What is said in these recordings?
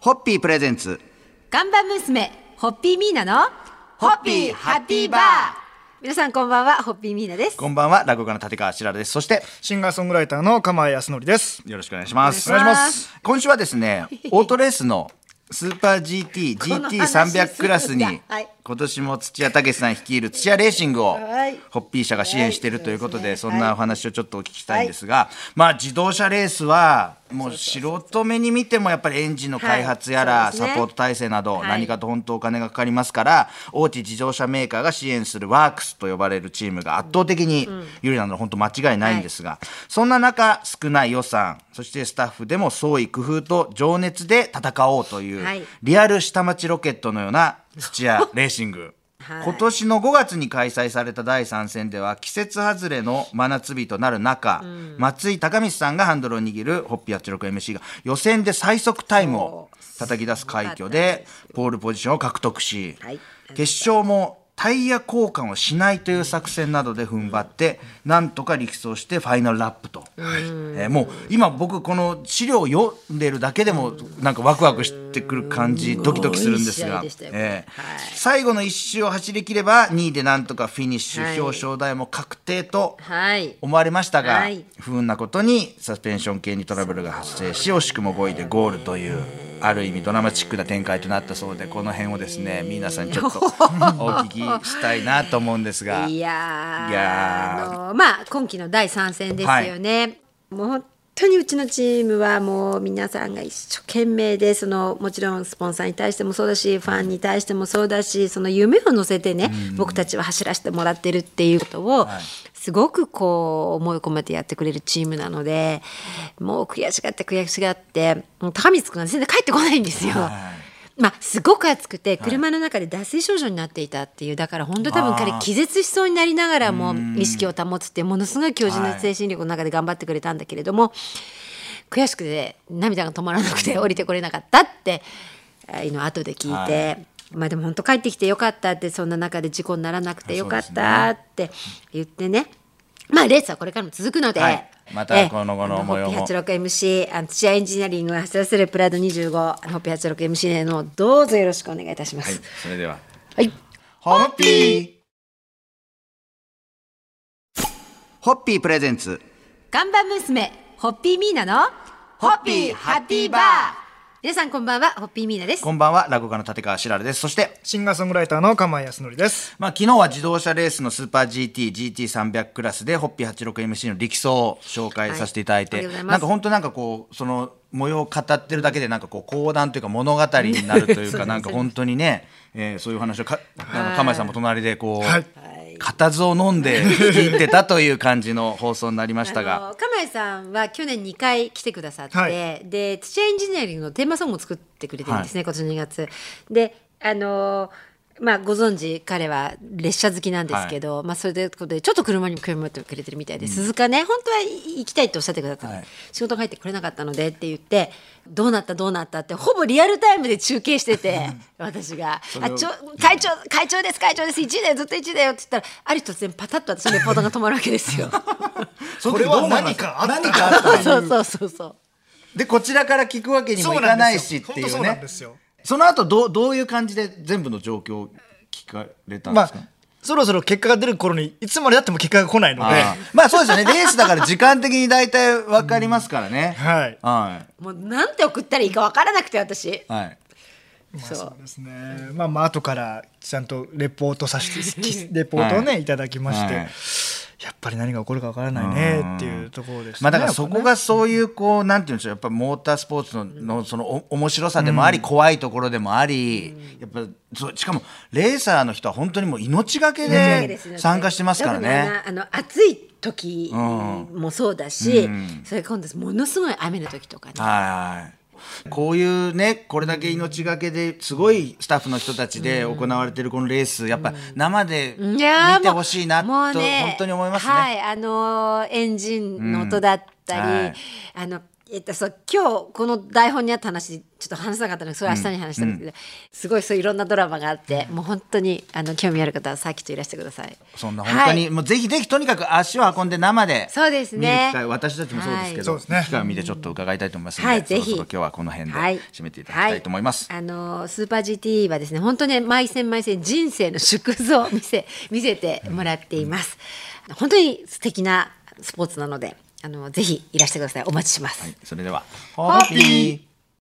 ホッピープレゼンツ看板娘ホッピーミーナのホッピーハッピーバー。 皆さんこんばんは、ホッピーミーナです。 こんばんは、落語家の立川しららです。そしてシンガーソングライターの釜井康則です。 よろしくお願いします。 お願いします今週はですねオートレースのスーパー GT、GT300 クラスにはい今年も土屋武さん率いる土屋レーシングをはいホッピー社が支援しているということで、そんなお話をちょっとお聞きしたいんですが、 はまあ自動車レースはもう素人目に見てもやっぱりエンジンの開発やらはいそうですねサポート体制などはい何かと本当お金がかかりますから、大手自動車メーカーが支援するワークスと呼ばれるチームが圧倒的に有利なのは本当間違いないんですが、そんな中少ない予算、そしてスタッフでも創意工夫と情熱で戦おうという、 はいリアル下町ロケットのような土屋レーシングはい今年の5月に開催された第3戦では季節外れの真夏日となる中、松井孝光さんがハンドルを握るホッピー 86MC が予選で最速タイムを叩き出す快挙でポールポジションを獲得し、 はい決勝もタイヤ交換をしないという作戦などで踏ん張ってなんとか力走してファイナルラップと、もう今僕この資料を読んでるだけでもなんかワクワクしてくる感じ、ドキドキするんですが、 いい試合でしたよはい最後の1周を走り切れば2位でなんとかフィニッシュ、 はい表彰台も確定とはい思われましたが、 はい不運なことにサスペンション系にトラブルが発生し惜しくも5位でゴールというある意味ドラマチックな展開となったそうで、この辺をですね皆さんにちょっとお聞きしたいなと思うんですがいやーいやまあ今期の第3戦ですよね、もう本当にうちのチームはもう皆さんが一生懸命で、もちろんスポンサーに対してもそうだしファンに対してもそうだし、その夢を乗せてね、僕たちは走らせてもらってるっていうことを、すごくこう思い込めてやってくれるチームなので、もう悔しがってもう高光君が全然帰ってこないんですよ。まあ、すごく暑くて車の中で脱水症状になっていたっていう、だから本当多分彼気絶しそうになりながらも意識を保つっていうものすごい強靭な精神力の中で頑張ってくれたんだけれども、悔しくて涙が止まらなくて降りてこれなかったっていうのを後で聞いて、まあでも本当帰ってきてよかったって、そんな中で事故にならなくてよかったって言ってね、まあレースはこれからも続くので、 はいまたこの後の模様もホッピー 86MC 土屋エンジニアリングが走らせるプライド25ホッピー 86MC のどうぞよろしくお願いいたしまはいす。 それでははい、 ホッピーホッピープレゼンツ看板娘ホッピーミーナのホッピーハッピーバー。 皆さんこんばんは、ホッピーミーナです。 こんばんは、落語家の立川しららです。そしてシンガーソングライターの釜井康則です。 まあ、昨日は自動車レースのスーパー GT、GT300 クラスでホッピー 86MC の力走を紹介させていただいて、 はいありがとうございますなんか本当なんかこうその模様を語ってるだけでなんかこう講談というか物語になるというそうですかなんか本当にね、そういう話を釜井さんも隣でこう、 はい固唾を飲んで聞いてたという感じの放送になりましたが釜井さんは去年2回来てくださって、 はいで土屋エンジニアリングのテーマソングを作ってくれてるんですね、今年2月でまあ、ご存知彼は列車好きなんですけど、まあ、それでちょっと車にも興味持ってくれてるみたいで、鈴鹿ね本当は行きたいっておっしゃってくださったの、 はい仕事が入ってくれなかったのでって言ってどうなったってほぼリアルタイムで中継してて私がれを会長です1位だよずっと1位だよって言ったら、ある日突然パタッと私のレポートが止まるわけですよそのこれは時どう思います何かあった何かあったそうでこちらから聞くわけにもいかないしっていうそうなんねですよ。 その後どういう感じで全部の状況を聞かれたんですか、 そろそろ結果が出る頃にいつまでやっても結果が来ないので、 まあそうですよねレースだから時間的に大体分かりますからね、 はい。 はもうなんて送ったらいいか分からなくて私いはいそうですね。まあ後からちゃんとレポートレポートをね、いただきまして、 はいやっぱり何が起こるかわからないねっていうところですね。 まあだからそこがそういうこうなんていうんでしょう、やっぱモータースポーツのその面白さでもあり怖いところでもあり、やっぱしかもレーサーの人は本当にもう命がけで参加してますからね。 特に暑い時もそうだし、それ今度ものすごい雨の時とかね、 はいこういうねこれだけ命がけですごいスタッフの人たちで行われているこのレースやっぱ生で見てほしいなともうね本当に思いますね。 はい、エンジンの音だったり、 はいそう今日この台本にあった話ちょっと話さなかったのでそれ明日に話したんですけど、すごいそういろんなドラマがあって、もう本当に興味ある方はさっきといらしてください。 そんな本当に、もうぜひぜひとにかく足を運んで生でそうです見るね機会、私たちもそうですけど、機会を見てちょっと伺いたいと思いますので、 ぜひそろそろ今日はこの辺で締めていただきたいと思います。 スーパー GT はですね本当に毎戦毎戦人生の縮図を見せてもらっています。本当に素敵なスポーツなのでぜひいらしてください。お待ちします。 それではホッピ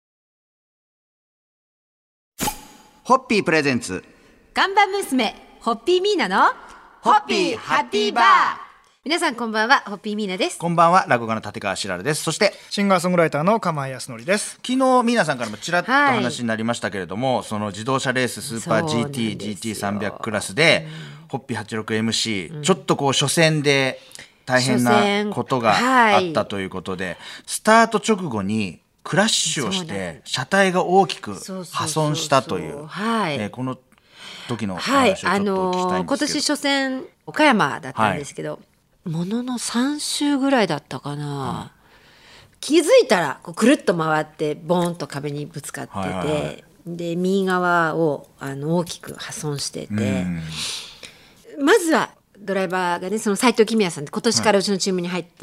ープレゼンツ看板娘ホッピーミーナのホッピーハッピーバー。皆さんこんばんは、ホッピーミーナです。 こんばんは、落語家の立川しららです。そしてシンガーソングライターの釜井康則です。 昨日皆さんからもちらっと話になりましたけれども、その自動車レーススーパー GT、GT300 クラスで、ホッピー 86MC、ちょっとこう初戦で大変なことがあったということで、スタート直後にクラッシュをして車体が大きく破損したという、この時の話をちょっと聞きたいんですけど、 今年初戦岡山だったんですけど、ものの3周ぐらいだったかな、気づいたらこうくるっと回ってボーンと壁にぶつかってて、で右側を大きく破損してて、まずはドライバーがね、その斉藤公也さんって今年からうちのチームに入って、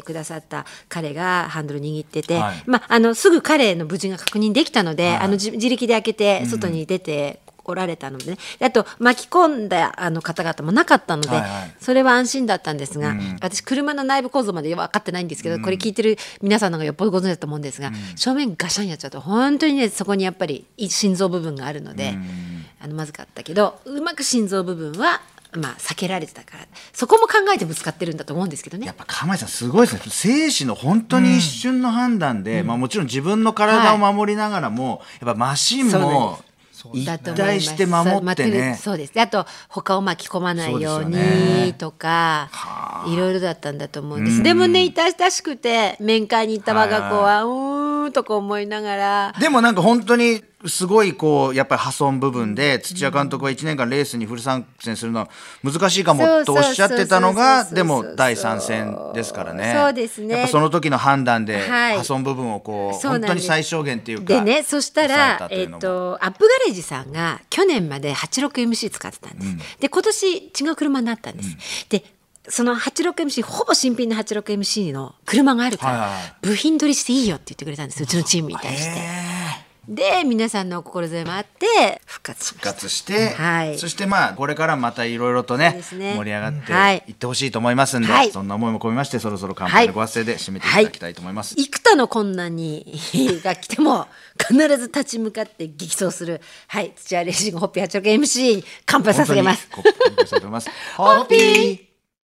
くださった彼がハンドル握ってて、すぐ彼の無事が確認できたので、自力で開けて外に出ておられたのでね、あと巻き込んだ方々もなかったので、それは安心だったんですが、私車の内部構造まで分かってないんですけど、これ聞いてる皆さんの方がよっぽどご存知だと思うんですが、正面ガシャンやっちゃうと本当にね、そこにやっぱり心臓部分があるので、まずかったけど、うまく心臓部分は避けられてたから、そこも考えてぶつかってるんだと思うんですけどね。 やっぱ釜井さんすごいですね。生死の本当に一瞬の判断で、もちろん自分の体を守りながらも、やっぱマシンも一体して守ってね。 そうです。あと他を巻き込まないようにとか、いろいろだったんだと思うんです。でもね、痛々しくて面会に行った我が子はとか思いながら、 でもなんか本当にすごいこうやっぱり破損部分で土屋監督は1年間レースにフル参戦するのは難しいかもとおっしゃってたのが、でも第3戦ですからね。 そうですね。 やっぱその時の判断で破損部分をこう本当に最小限っていうか。 でね、そしたらアップガレージさんが去年まで 86MC 使ってたんです。で今年違う車になったんです。でその 86MC ほぼ新品の 86MC の車があるから、部品取りしていいよって言ってくれたんです、うちのチームに対して。で皆さんのお心強いもあって復活して、 そしてこれからまたいろいろとね盛り上がっていってほしいと思いますんで、そんな思いも込めまして、そろそろ乾杯のご発声で締めていただきたいと思います。 幾多の困難が来ても必ず立ち向かって激走する、土屋レーシングホッピー 86MC に乾杯させます。 乾杯したいと思います。ホッピー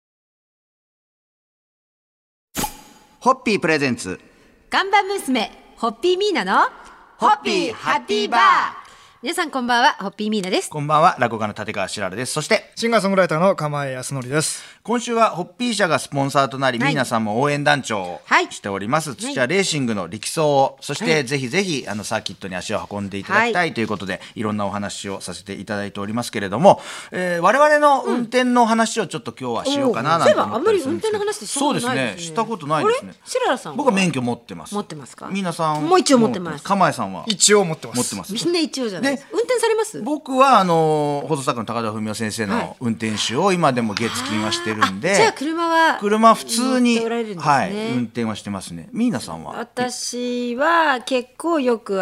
ホッピープレゼンツ看板娘ホッピーミーナのホッピーハッピーバー。 皆さんこんばんは、ホッピーミーナです。 こんばんは、落語家の立川しららです。そしてシンガーソングライターの釜井康則です。 今週はホッピー社がスポンサーとなり、ミーナさんも応援団長をしております、土屋レーシングの力走を、そしてぜひぜひサーキットに足を運んでいただきたいということで、いろんなお話をさせていただいておりますけれども、我々の運転の話をちょっと今日はしようかななんて思ったりするんですけど。 あんまり運転の話ってしたことないですね。 したことないですね。 しららさんは僕は免許持ってます。 持ってますか。 ミーナさんもう一応持ってます。 釜井さんは一応持ってます。 みんな一応じゃないです。運転されます。 僕は放送作家の高田文夫先生の運転手を今でも月金はしてるんで、 じゃあ車普通に運転はしてますね。ミーナさんは。 私は結構よく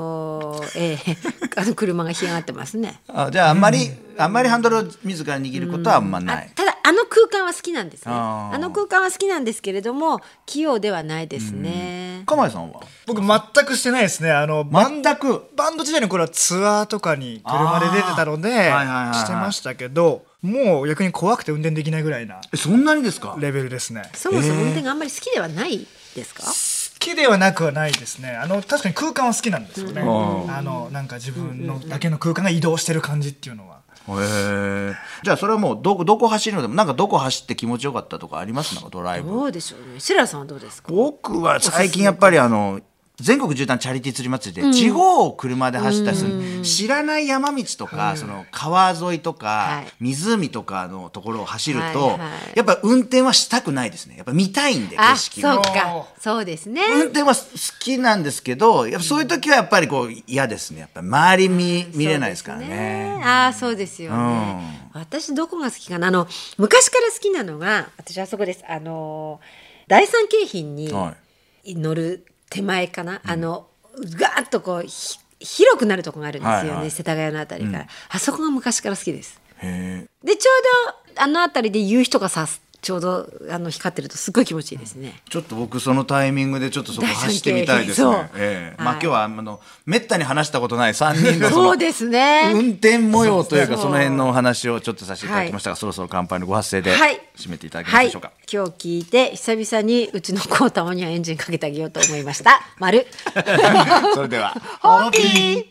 車が干上がってますね。 じゃああんまりハンドルを自ら握ることはあんまない。 ただ空間は好きなんですね。空間は好きなんですけれども器用ではないですね。 釜井さんは。 僕全くしてないですね。バンド時代の頃はツアーとかに車で出てたのでしてましたけど、もう逆に怖くて運転できないぐらいな。 そんなにですか。 レベルですね。 そもそも運転があんまり好きではないですか。 好きではなくはないですね。確かに空間は好きなんですよね。なんか自分のだけの空間が移動してる感じっていうのは。 じゃあそれはもうどこ走るのでもどこ走って気持ちよかったとかあります？なんかドライブ。 どうでしょうね。白良さんはどうですか？ 僕は最近やっぱり全国縦断チャリティー釣り祭りで地方を車で走ったりする、知らない山道とか、その川沿いとか、湖とかのところを走ると、やっぱ運転はしたくないですね。やっぱ見たいんで、景色を。 そうか、そうですね。 運転は好きなんですけど、やっぱそういう時はやっぱりこう嫌ですね。やっぱ周り見れないですからね。 そうですよね。私どこが好きかな。昔から好きなのが、私はそこです。第三京浜に乗る手前かな、ガーッとこう広くなるとこがあるんですよね、世田谷のあたりから、あそこが昔から好きです。でちょうどあのあたりで夕日とかちょうど光ってるとすごい気持ちいいですね。 ちょっと僕そのタイミングでちょっとそこ走ってみたいですね。まあ今日はめったに話したことない3人のそうですね、 運転模様というかその辺のお話をちょっとさせていただきましたが、そろそろ乾杯のご発声で締めていただけますでしょうか。 今日聞いて久々にうちの子をたまにはエンジンかけてあげようと思いました。丸それではホッピ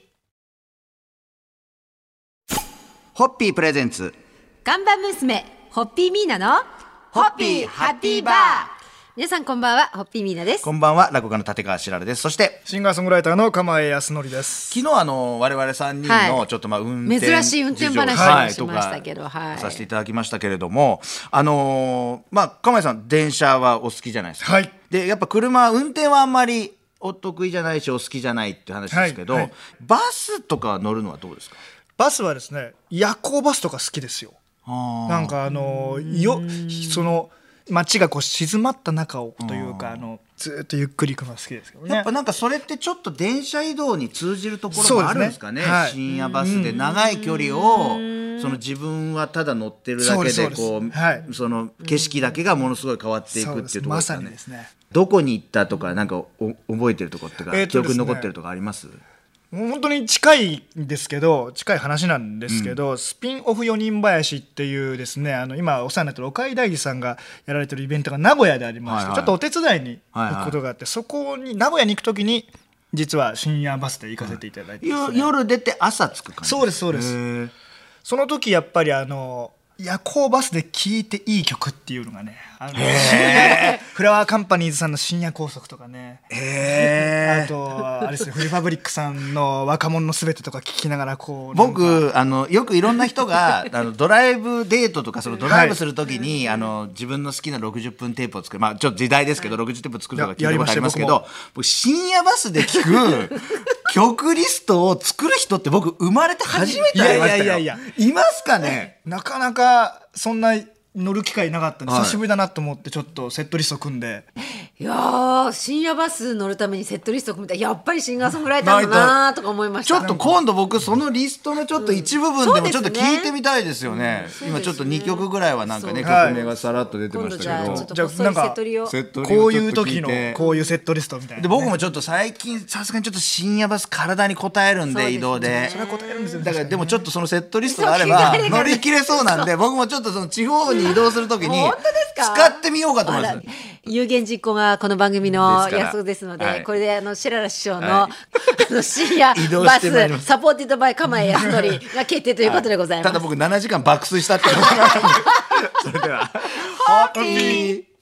ープレゼンツ看板娘ホッピーミーナのホッピーハッピーバー。皆さんこんばんは、ホッピーミーナです。 こんばんは、落語家の立川しららです。そしてシンガーソングライターの釜江康則です。 昨日我々3人のちょっと運転珍しい運転話をしましたけど、 させていただきましたけれども、釜江さん電車はお好きじゃないですか。でやっぱ車運転はあんまりお得意じゃないしお好きじゃないっていう話ですけど、バスとか乗るのはどうですか？ バスはですね、夜行バスとか好きですよ。なんかその街がこう静まった中をというかずっとゆっくり行くのが好きですけどね。 やっぱなんかそれってちょっと電車移動に通じるところもあるんですかね。深夜バスで長い距離をその自分はただ乗ってるだけでこうその景色だけがものすごい変わっていくっていうところですかね。どこに行ったとかなんか覚えてるところとか記憶に残ってるとかあります？ 本当に近いんですけど、近い話なんですけど、スピンオフ4人林っていうですね、今お世話になってる岡井大二さんがやられてるイベントが名古屋でありまして、ちょっとお手伝いに行くことがあって、そこに名古屋に行くときに実は深夜バスで行かせていただいてですね、 夜出て朝着く感じ。 そうですそうです。その時やっぱり夜行バスで聴いていい曲っていうのがね、フラワーカンパニーズさんの深夜高速とかね、あとあれですね、フジファブリックさんの若者のすべてとか聞きながらこう、 僕よくいろんな人がドライブデートとかそのドライブするときに、自分の好きな60分テープを作る、まあちょっと時代ですけど60テープ作るとか聞いたことありますけど、僕深夜バスで聴く曲リストを作る人って僕生まれて初めて会いましたよ。いますかね？ なかなかそんな乗る機会なかったんで、久しぶりだなと思ってちょっとセットリスト組んで、 いやー、深夜バス乗るためにセットリスト組んで、やっぱりシンガーソングライターだなとか思いました。 ちょっと今度僕そのリストのちょっと一部分でもちょっと聞いてみたいですよね。今ちょっと2曲ぐらいはなんかね、曲名がさらっと出てましたけど、 じゃあなんかこういう時のこういうセットリストみたいな、 で僕もちょっと最近さすがにちょっと深夜バス体に応えるんで、移動でそれは答えるんですよ。 だからでもちょっとそのセットリストがあれば乗り切れそうなんで、僕もちょっとその地方に移動するときに使ってみようかと思います。 有言実行がこの番組の約束ですので、これで白良師匠の深夜バスサポーティッドバイ釜江康則が決定ということでございます。 ただ僕7時間爆睡したってことなんでそれではホッピー